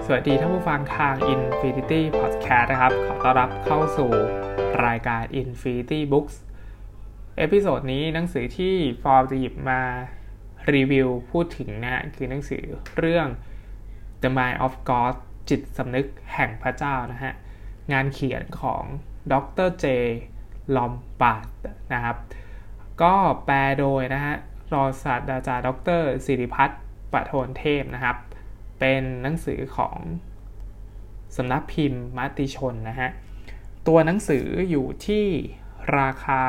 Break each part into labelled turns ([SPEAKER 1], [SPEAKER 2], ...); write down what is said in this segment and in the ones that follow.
[SPEAKER 1] สวัสดีท่านผู้ฟังทาง Infinity Podcast นะครับขอต้อนรับเข้าสู่รายการ Infinity Books เอพิโซดนี้หนังสือที่ฟอร์มจะหยิบมารีวิวพูดถึงนะคือหนังสือเรื่อง The Mind of God จิตสำนึกแห่งพระเจ้านะฮะงานเขียนของดร.เจ ลอมบาร์ดนะครับก็แปลโดยนะฮะรองศาสตราจารย์ดร.ศิริพัฒน์ประโทนเทพนะครับเป็นหนังสือของสำนักพิมพ์มติชนนะฮะตัวหนังสืออยู่ที่ราคา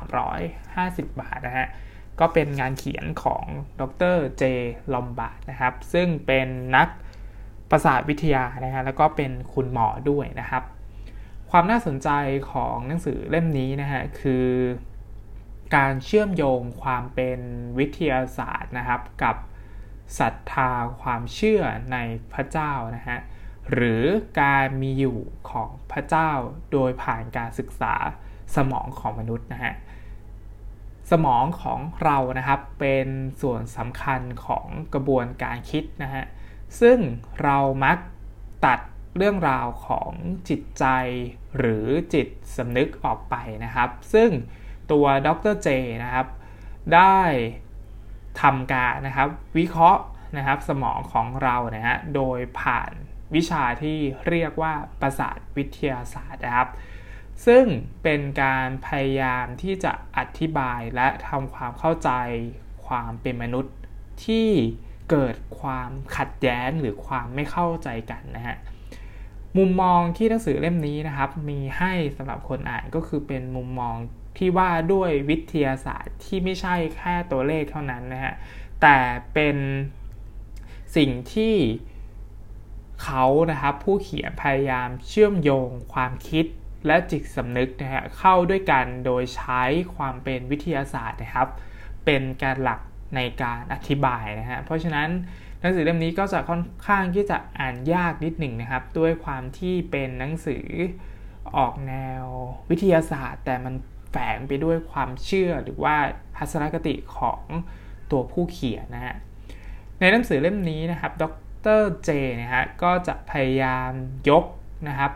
[SPEAKER 1] 350 บาทนะฮะก็เป็นงานเขียนของดร.เจ ลอมบาร์ดนะครับซึ่งเป็นนักประสาทวิทยานะฮะแล้วก็เป็นคุณหมอด้วยนะครับความน่าสนใจของหนังสือเล่มนี้นะฮะคือการเชื่อมโยงความเป็นวิทยาศาสตร์นะครับกับศรัทธาความเชื่อในพระเจ้านะฮะหรือการมีอยู่ของพระเจ้าโดยผ่านการศึกษาสมองของมนุษย์นะฮะสมองของเรานะครับเป็นส่วนสำคัญของกระบวนการคิดนะฮะซึ่งเรามักตัดเรื่องราวของจิตใจหรือจิตสำนึกออกไปนะครับซึ่งตัวดร.เจนะครับได้ทำการนะครับวิเคราะห์นะครับสมองของเรานะฮะโดยผ่านวิชาที่เรียกว่าประสาทวิทยาศาสตร์นะครับซึ่งเป็นการพยายามที่จะอธิบายและทำความเข้าใจความเป็นมนุษย์ที่เกิดความขัดแย้งหรือความไม่เข้าใจกันนะฮะมุมมองที่หนังสือเล่มนี้นะครับมีให้สำหรับคนอ่านก็คือเป็นมุมมองที่ว่าด้วยวิทยาศาสตร์ที่ไม่ใช่แค่ตัวเลขเท่านั้นนะฮะแต่เป็นสิ่งที่เขานะครับผู้เขียนพยายามเชื่อมโยงความคิดและจิตสำนึกนะฮะเข้าด้วยกันโดยใช้ความเป็นวิทยาศาสตร์นะครับเป็นการหลักในการอธิบายนะฮะเพราะฉะนั้นหนังสือเล่มนี้ก็จะค่อนข้างที่จะอ่านยากนิดหนึ่งนะครับด้วยความที่เป็นหนังสือออกแนววิทยาศาสตร์แต่มันแฝงไปด้วยความเชื่อหรือว่าทัศนคติของตัวผู้เขียนนะฮะในหนังสือเล่มนี้นะครับดร.เจนะฮะก็จะพยายามยกนะครับ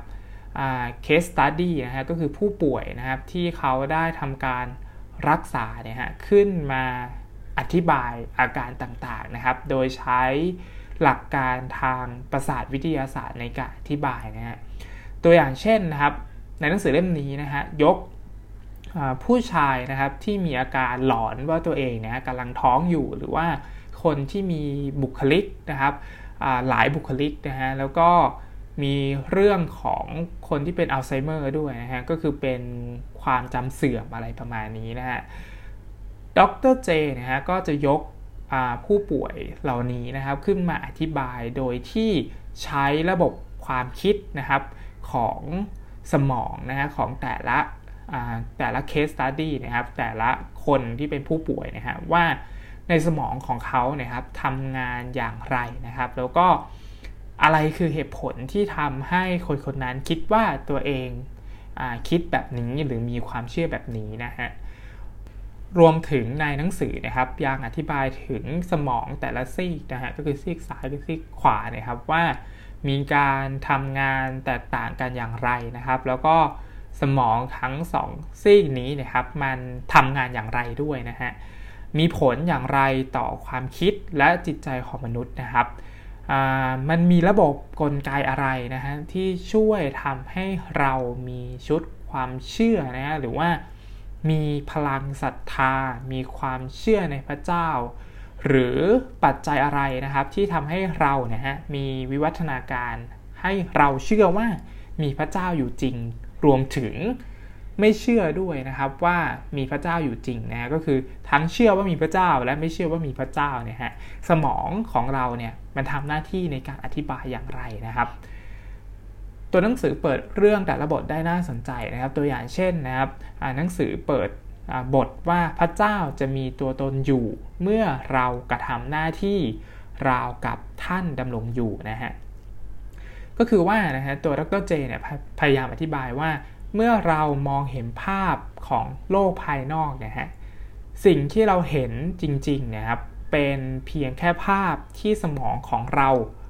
[SPEAKER 1] case study นะฮะก็คือผู้ป่วยนะครับที่เขาได้ทำการรักษาเนี่ยฮะขึ้นมาอธิบายอาการต่างๆนะครับโดยใช้หลักการทางประสาทวิทยาศาสตร์ในการอธิบายนะฮะตัวอย่างเช่นนะครับในหนังสือเล่มนี้นะฮะยกผู้ชายนะครับที่มีอาการหลอนว่าตัวเองเนี่ยกำลังท้องอยู่หรือว่าคนที่มีบุคลิกนะครับหลายบุคลิกนะฮะแล้วก็มีเรื่องของคนที่เป็นอัลไซเมอร์ด้วยนะฮะก็คือเป็นความจำเสื่อมอะไรประมาณนี้นะฮะดร.เจนะฮะก็จะยกผู้ป่วยเหล่านี้นะครับขึ้นมาอธิบายโดยที่ใช้ระบบความคิดนะครับของสมองนะฮะของแต่ละ case study นะครับแต่ละคนที่เป็นผู้ป่วยนะฮะว่าในสมองของเขาเนี่ยครับทำงานอย่างไรนะครับแล้วก็อะไรคือเหตุผลที่ทำให้คนคนนั้นคิดว่าตัวเองคิดแบบนี้หรือมีความเชื่อแบบนี้นะฮะรวมถึงในหนังสือนะครับยังอธิบายถึงสมองแต่ละซีกนะฮะก็คือซีกซ้ายกับซีกขวานะครับว่ามีการทำงานแตกต่างกันอย่างไรนะครับแล้วก็สมองทั้ง2ซีกนี้นะครับมันทำงานอย่างไรด้วยนะฮะมีผลอย่างไรต่อความคิดและจิตใจของมนุษย์นะครับมันมีระบบกลไกอะไรนะฮะที่ช่วยทำให้เรามีชุดความเชื่อนะฮะหรือว่ามีพลังศรัทธามีความเชื่อในพระเจ้าหรือปัจจัยอะไรนะครับที่ทำให้เราเนี่ยฮะมีวิวัฒนาการให้เราเชื่อว่ามีพระเจ้าอยู่จริงรวมถึงไม่เชื่อด้วยนะครับว่ามีพระเจ้าอยู่จริงนะก็คือทั้งเชื่อว่ามีพระเจ้าและไม่เชื่อว่ามีพระเจ้าเนี่ยฮะสมองของเราเนี่ยมันทำหน้าที่ในการอธิบายอย่างไรนะครับตัวหนังสือเปิดเรื่องแต่ละบทได้น่าสนใจนะครับตัวอย่างเช่นนะครับหนังสือเปิดบทว่าพระเจ้าจะมีตัวตนอยู่เมื่อเรากระทำหน้าที่ราวกับท่านดำรงอยู่นะฮะก็คือว่านะฮะตัวดร.เจเนี่ยพยายามอธิบายว่าเมื่อเรามองเห็นภาพของโลกภายนอกนะฮะสิ่งที่เราเห็นจริงๆนะครับเป็นเพียงแค่ภาพที่สมองของเรา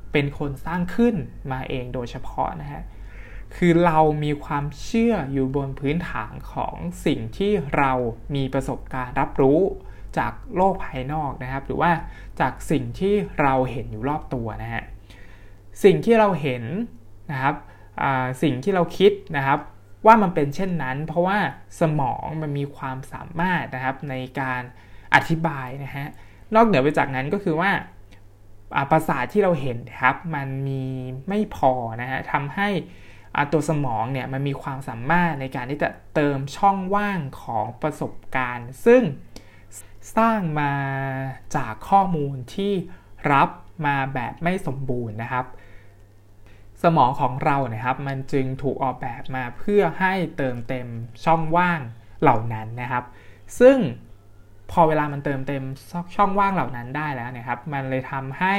[SPEAKER 1] เป็นคนสร้างขึ้นมาเองโดยเฉพาะนะฮะคือเรามีความเชื่ออยู่บนพื้นฐานของสิ่งที่เรามีประสบการณ์รับรู้จากโลกภายนอกนะครับหรือว่าจากสิ่งที่เราเห็นอยู่รอบตัวนะฮะสิ่งที่เราเห็นนะครับสิ่งที่เราคิดนะครับว่ามันเป็นเช่นนั้นเพราะว่าสมองมันมีความสามารถนะครับในการอธิบายนะฮะนอกเหนือไปจากนั้นก็คือว่าประสาทที่เราเห็นครับมันมีไม่พอนะฮะทำให้ตัวสมองเนี่ยมันมีความสามารถในการที่จะเติมช่องว่างของประสบการณ์ซึ่งสร้างมาจากข้อมูลที่รับมาแบบไม่สมบูรณ์นะครับสมองของเราเนี่ยครับมันจึงถูกออกแบบมาเพื่อให้เติมเต็มช่องว่างเหล่านั้นนะครับซึ่งพอเวลามันเติมเต็มช่องว่างเหล่านั้นได้แล้วเนี่ยครับมันเลยทำให้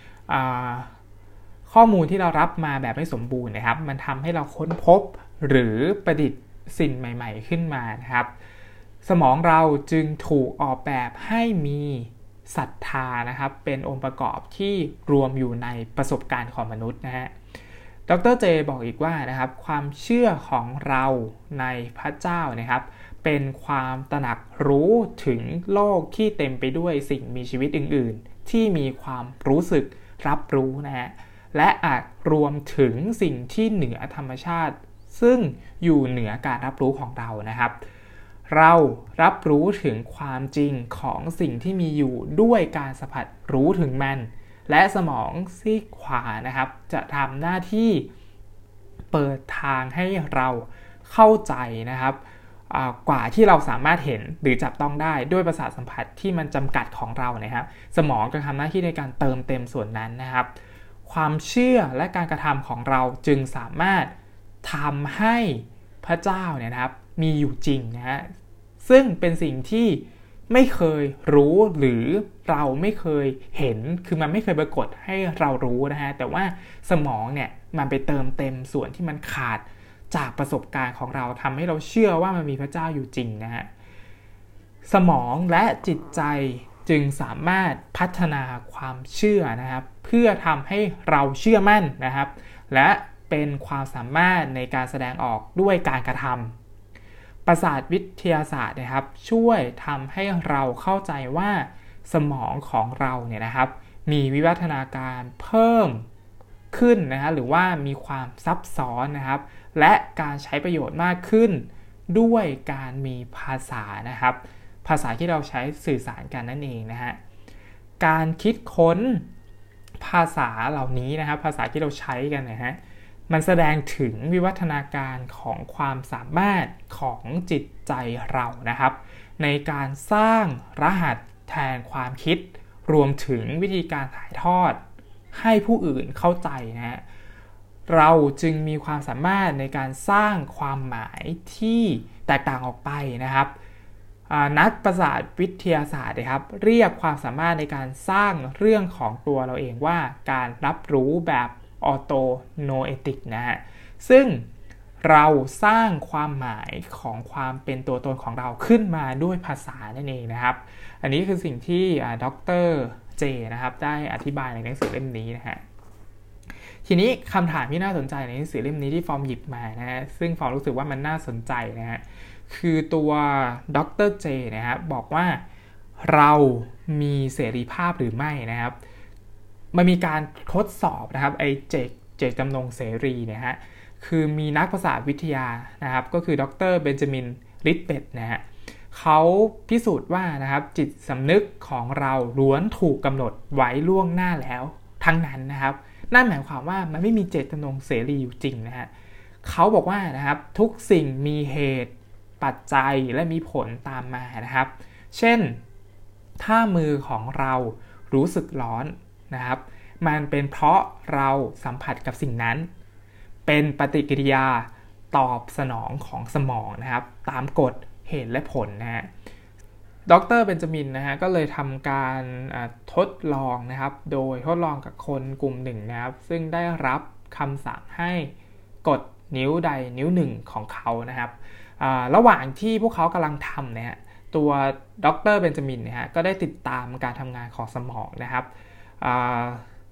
[SPEAKER 1] ข้อมูลที่เรารับมาแบบไม่สมบูรณ์นะครับมันทำให้เราค้นพบหรือประดิษฐ์สิ่งใหม่ๆขึ้นมานะครับสมองเราจึงถูกออกแบบให้มีศรัทธานะครับเป็นองค์ประกอบที่รวมอยู่ในประสบการณ์ของมนุษย์นะฮะดร.เจบอกอีกว่านะครับความเชื่อของเราในพระเจ้านะครับเป็นความตระหนักรู้ถึงโลกที่เต็มไปด้วยสิ่งมีชีวิตอื่นๆที่มีความรู้สึกรับรู้นะฮะและอาจรวมถึงสิ่งที่เหนือธรรมชาติซึ่งอยู่เหนือการรับรู้ของเรานะครับเรารับรู้ถึงความจริงของสิ่งที่มีอยู่ด้วยการสัมผัสรู้ถึงมันและสมองซีกขวานะครับจะทำหน้าที่เปิดทางให้เราเข้าใจนะครับกว่าที่เราสามารถเห็นหรือจับต้องได้ด้วยประสาทสัมผัสที่มันจำกัดของเรานะครับสมองจะทำหน้าที่ในการเติมเต็มส่วนนั้นนะครับความเชื่อและการกระทำของเราจึงสามารถทำให้พระเจ้าเนี่ยนะครับมีอยู่จริงนะฮะซึ่งเป็นสิ่งที่ไม่เคยรู้หรือเราไม่เคยเห็นคือมันไม่เคยปรากฏให้เรารู้นะฮะแต่ว่าสมองเนี่ยมันไปเติมเต็มส่วนที่มันขาดจากประสบการณ์ของเราทำให้เราเชื่อว่ามันมีพระเจ้าอยู่จริงนะฮะสมองและจิตใจจึงสามารถพัฒนาความเชื่อนะครับเพื่อทำให้เราเชื่อมั่นนะครับและเป็นความสามารถในการแสดงออกด้วยการกระทำประสาทวิทยาศาสตร์นะครับช่วยทำให้เราเข้าใจว่าสมองของเราเนี่ยนะครับมีวิวัฒนาการเพิ่มขึ้นนะฮะหรือว่ามีความซับซ้อนนะครับและการใช้ประโยชน์มากขึ้นด้วยการมีภาษานะครับภาษาที่เราใช้สื่อสารกันนั่นเองนะฮะการคิดค้นภาษาเหล่านี้นะครับภาษาที่เราใช้กันนะฮะมันแสดงถึงวิวัฒนาการของความสามารถของจิตใจเรานะครับในการสร้างรหัสแทนความคิดรวมถึงวิธีการถ่ายทอดให้ผู้อื่นเข้าใจนะฮะเราจึงมีความสามารถในการสร้างความหมายที่แตกต่างออกไปนะครับนักประสาทวิทยาศาสตร์นะครับเรียกความสามารถในการสร้างเรื่องของตัวเราเองว่าการรับรู้แบบออโตโนเอติกนะฮะซึ่งเราสร้างความหมายของความเป็นตัวตนของเราขึ้นมาด้วยภาษานั่นเองนะครับอันนี้คือสิ่งที่ดร.เจนะครับได้อธิบายในหนังสือเล่มนี้นะฮะทีนี้คำถามที่น่าสนใจในหนังสือเล่มนี้ที่ฟอร์มหยิบมานะฮะซึ่งฟอร์มรู้สึกว่ามันน่าสนใจนะฮะคือตัวดร.เจนะครับบอกว่าเรามีเสรีภาพหรือไม่นะครับมันมีการทดสอบนะครับไอ้เจตจำนงเสรีเนี่ยฮะคือมีนักประสาทวิทยานะครับก็คือดร.เบนจามินริดเบตนะฮะเขาพิสูจน์ว่านะครับจิตสำนึกของเราล้วนถูกกำหนดไว้ล่วงหน้าแล้วทั้งนั้นนะครับนั่นหมายความว่ามันไม่มีเจตจำนงเสรีอยู่จริงนะฮะเขาบอกว่านะครับทุกสิ่งมีเหตุปัจจัยและมีผลตามมานะครับเช่นถ้ามือของเรารู้สึกร้อนนะครับมันเป็นเพราะเราสัมผัสกับสิ่งนั้นเป็นปฏิกิริยาตอบสนองของสมองนะครับตามกฎเหตุและผลนะฮะดร.เบนจามินนะฮะก็เลยทำการทดลองนะครับโดยทดลองกับคนกลุ่มหนึ่งนะครับซึ่งได้รับคำสั่งให้กดนิ้วใดนิ้วหนึ่งของเขานะครับระหว่างที่พวกเขากำลังทำเนี่ยตัวดร.เบนจามินเนี่ยฮะก็ได้ติดตามการทำงานของสมองนะครับ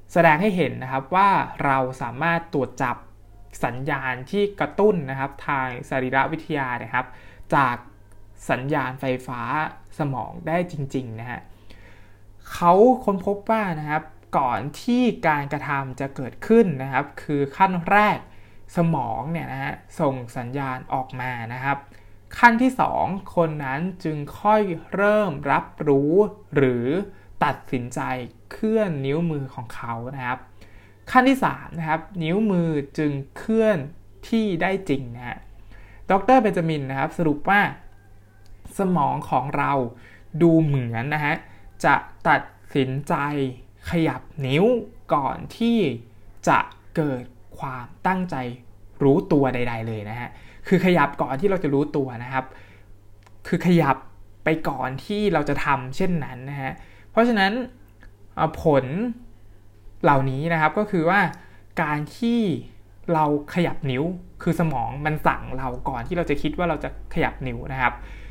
[SPEAKER 1] แสดงให้เห็นนะครับว่าเราสามารถตรวจจับสัญญาณที่กระตุ้นนะครับทางสรีรวิทยานะครับจากสัญญาณไฟฟ้าสมองได้จริงๆนะฮะเขาค้นพบว่านะครับก่อนที่การกระทำจะเกิดขึ้นนะครับคือขั้นแรกสมองเนี่ยนะฮะส่งสัญญาณออกมานะครับขั้นที่2คนนั้นจึงค่อยเริ่มรับรู้หรือตัดสินใจเคลื่อนนิ้วมือของเขานะครับขั้นที่3นะครับนิ้วมือจึงเคลื่อนที่ได้จริงนะฮะดร.เบนจามินนะครับสรุปว่าสมองของเราดูเหมือนนะฮะจะตัดสินใจขยับนิ้วก่อนที่จะเกิดความตั้งใจรู้ตัวใดๆเลยนะฮะคือขยับก่อนที่เราจะรู้ตัวนะครับคือขยับไปก่อนที่เราจะทำเช่นนั้นนะฮะเพราะฉะนั้นผลเหล่านี้นะครับก็คือว่าการที่เราขยับนิ้วคือสมองมันสั่งเราก่อนที่เราจะคิดว่าเราจะขยับนิ้วนะครับ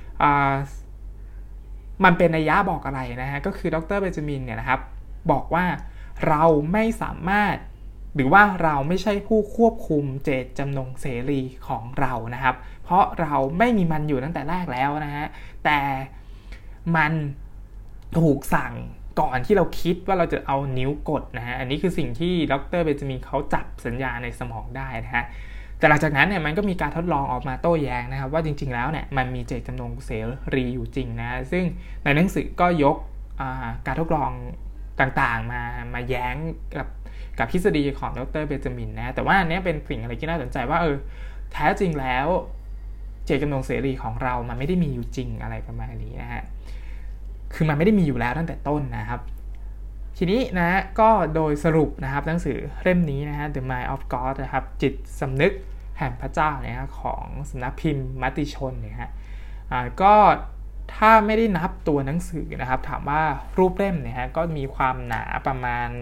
[SPEAKER 1] มันเป็นนัยยะบอกอะไรนะฮะก็คือดร.เบนจามินเนี่ยนะครับบอกว่าเราไม่สามารถหรือว่าเราไม่ใช่ผู้ควบคุมเจตจำนงเสรีของเรานะครับเพราะเราไม่มีมันอยู่ตั้งแต่แรกแล้วนะฮะแต่มันถูกสั่งก่อนที่เราคิดว่าเราจะเอานิ้วกดนะฮะอันนี้คือสิ่งที่ดร.เบนจามินเขาจับสัญญาณในสมองได้นะฮะแต่หลังจากนั้นเนี่ยมันก็มีการทดลองออกมาโต้แย้งนะครับว่าจริงๆแล้วเนี่ยมันมีเจตจำนงเสรีอยู่จริงนะซึ่งในหนังสือก็ยกการทดลองต่างๆมาแย้งกับทฤษฎีของดร.เบนจามินนะแต่ว่าอันนี้เป็นสิ่งอะไรที่น่าสนใจว่าแท้จริงแล้วเจตจำนงเสรีของเรามันไม่ได้มีอยู่จริงอะไรประมาณนี้นะฮะคือมันไม่ได้มีอยู่แล้วตั้งแต่ต้นนะครับทีนี้นะก็โดยสรุปนะครับหนังสือเล่มนี้นะฮะ The Mind of God นะครับจิตสำนึกแห่งพระเจ้าเนี่ยของสำนักพิมพ์มติชนเนี่ยฮะก็ถ้าไม่ได้นับตัวหนังสือนะครับถามว่ารูปเล่มเนี่ยฮะก็มีความหนาประมาณ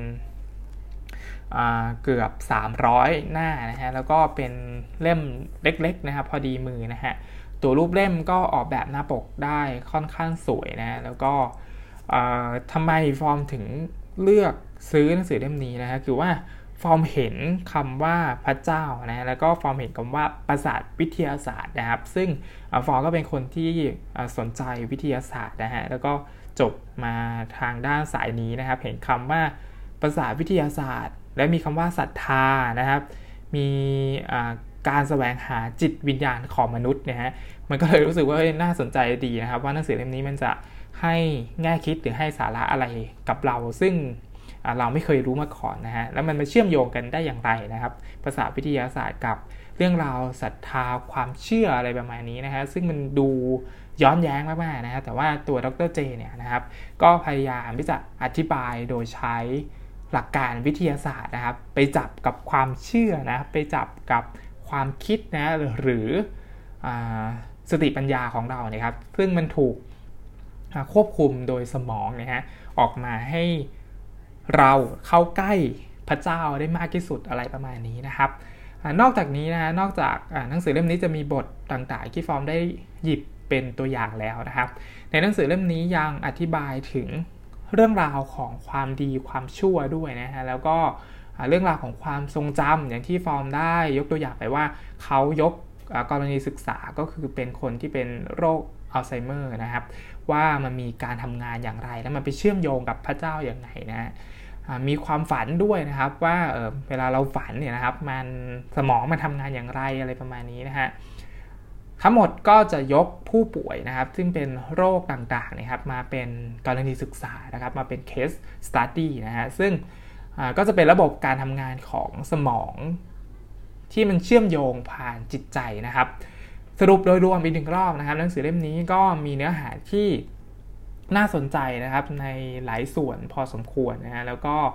[SPEAKER 1] เกือบ300หน้านะฮะแล้วก็เป็นเล่มเล็กๆนะครับพอดีมือนะฮะตัวรูปเล่มก็ออกแบบหน้าปกได้ค่อนข้างสวยนะแล้วก็ทำไมฟอร์มถึงเลือกซื้อหนังสือเล่มนี้นะฮะคือว่าฟอร์มเห็นคำว่าพระเจ้านะแล้วก็ฟอร์มเห็นคำว่าประสาทวิทยาศาสตร์นะครับซึ่งฟอร์มก็เป็นคนที่สนใจวิทยาศาสตร์นะฮะแล้วก็จบมาทางด้านสายนี้นะครับเห็นคำว่าประสาทวิทยาศาสตร์และมีคำว่าศรัทธานะครับมีการแสวงหาจิตวิญญาณของมนุษย์นะฮะมันก็เลยรู้สึกว่าน่าสนใจดีนะครับว่าหนังสือเล่มนี้มันจะให้แง่คิดหรือให้สาระอะไรกับเราซึ่งเราไม่เคยรู้มาก่อนนะฮะแล้วมันมาเชื่อมโยงกันได้อย่างไรนะครับภาษาวิทยาศาสตร์กับเรื่องราวศรัทธาความเชื่ออะไรประมาณนี้นะฮะซึ่งมันดูย้อนแย้งมากๆนะฮะแต่ว่าตัวดร.เจเนี่ยนะครับก็พยายามที่จะอธิบายโดยใช้หลักการวิทยาศาสตร์นะครับไปจับกับความเชื่อนะไปจับกับความคิดนะหรือสติปัญญาของเราเนี่ยครับซึ่งมันถูกควบคุมโดยสมองนะฮะออกมาให้เราเข้าใกล้พระเจ้าได้มากที่สุดอะไรประมาณนี้นะครับนอกจากนี้นะนอกจากหนังสือเล่มนี้จะมีบทต่างๆที่ฟอร์มได้หยิบเป็นตัวอย่างแล้วนะครับในหนังสือเล่มนี้ยังอธิบายถึงเรื่องราวของความดีความชั่วด้วยนะฮะแล้วก็เรื่องราวของความทรงจำอย่างที่ฟอร์มได้ยกตัวอย่างไปว่าเขายกกรณีศึกษาก็คือเป็นคนที่เป็นโรคอัลไซเมอร์นะครับว่ามันมีการทำงานอย่างไรแล้วมันไปเชื่อมโยงกับพระเจ้าอย่างไรนะมีความฝันด้วยนะครับว่าเวลาเราฝันเนี่ยนะครับมันสมองมันทำงานอย่างไรอะไรประมาณนี้นะฮะทั้งหมดก็จะยกผู้ป่วยนะครับซึ่งเป็นโรคต่างๆนะครับมาเป็นกรณีศึกษานะครับมาเป็น case study นะฮะซึ่งก็จะเป็นระบบการทำงานของสมองที่มันเชื่อมโยงผ่านจิตใจนะครับสรุปโดยรวมอีกหนึ่งรอบนะครับหนังสือเล่มนี้ก็มีเนื้อหาที่น่าสนใจนะครับในหลายส่วนพอสมควรนะฮะแล้วก็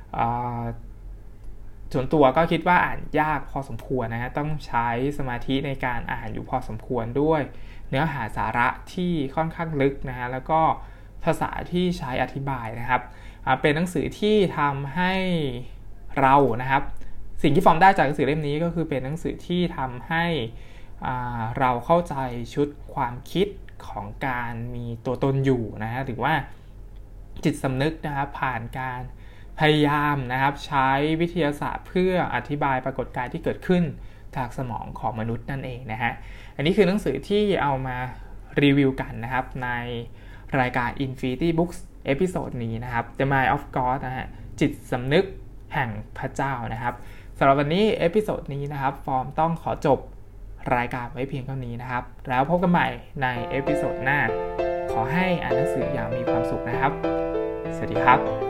[SPEAKER 1] ส่วนตัวก็คิดว่าอ่านยากพอสมควรนะฮะต้องใช้สมาธิในการอ่านอยู่พอสมควรด้วยเนื้อหาสาระที่ค่อนข้างลึกนะฮะแล้วก็ภาษาที่ใช้อธิบายนะครับเป็นหนังสือที่ทำให้เรานะครับสิ่งที่ฟอร์มได้จากหนังสือเล่มนี้ก็คือเป็นหนังสือที่ทำให้เราเข้าใจชุดความคิดของการมีตัวตนอยู่นะฮะหรือว่าจิตสำนึกนะครับผ่านการพยายามนะครับใช้วิทยาศาสตร์เพื่ออธิบายปรากฏการณ์ที่เกิดขึ้นทางสมองของมนุษย์นั่นเองนะฮะอันนี้คือหนังสือที่เอามารีวิวกันนะครับในรายการ Infinity Books เอพิโซดนี้นะครับ The Mind of God นะฮะจิตสำนึกแห่งพระเจ้านะครับสำหรับวันนี้เอพิโซดนี้นะครับฟอร์มต้องขอจบรายการไว้เพียงเท่านี้นะครับแล้วพบกันใหม่ในเอพิโซดหน้าขอให้อ่านหนังสืออย่างมีความสุขนะครับสวัสดีครับ